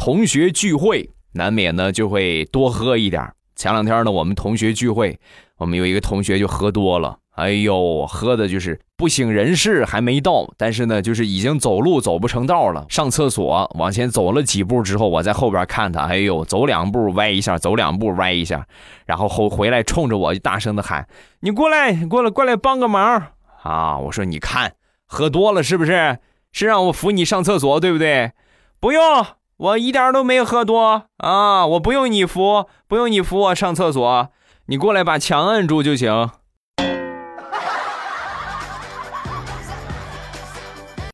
同学聚会难免呢就会多喝一点。前两天呢我们同学聚会，我们有一个同学就喝多了，哎呦，喝的就是不省人事还没到，但是呢就是已经走路走不成道了，上厕所往前走了几步之后，我在后边看他，哎呦，走两步歪一下，走两步歪一下，然后回来冲着我就大声的喊，你过来帮个忙啊！我说你看喝多了是不是？是让我扶你上厕所对不对？不用，我一点都没喝多啊！我不用你扶我上厕所，你过来把墙摁住就行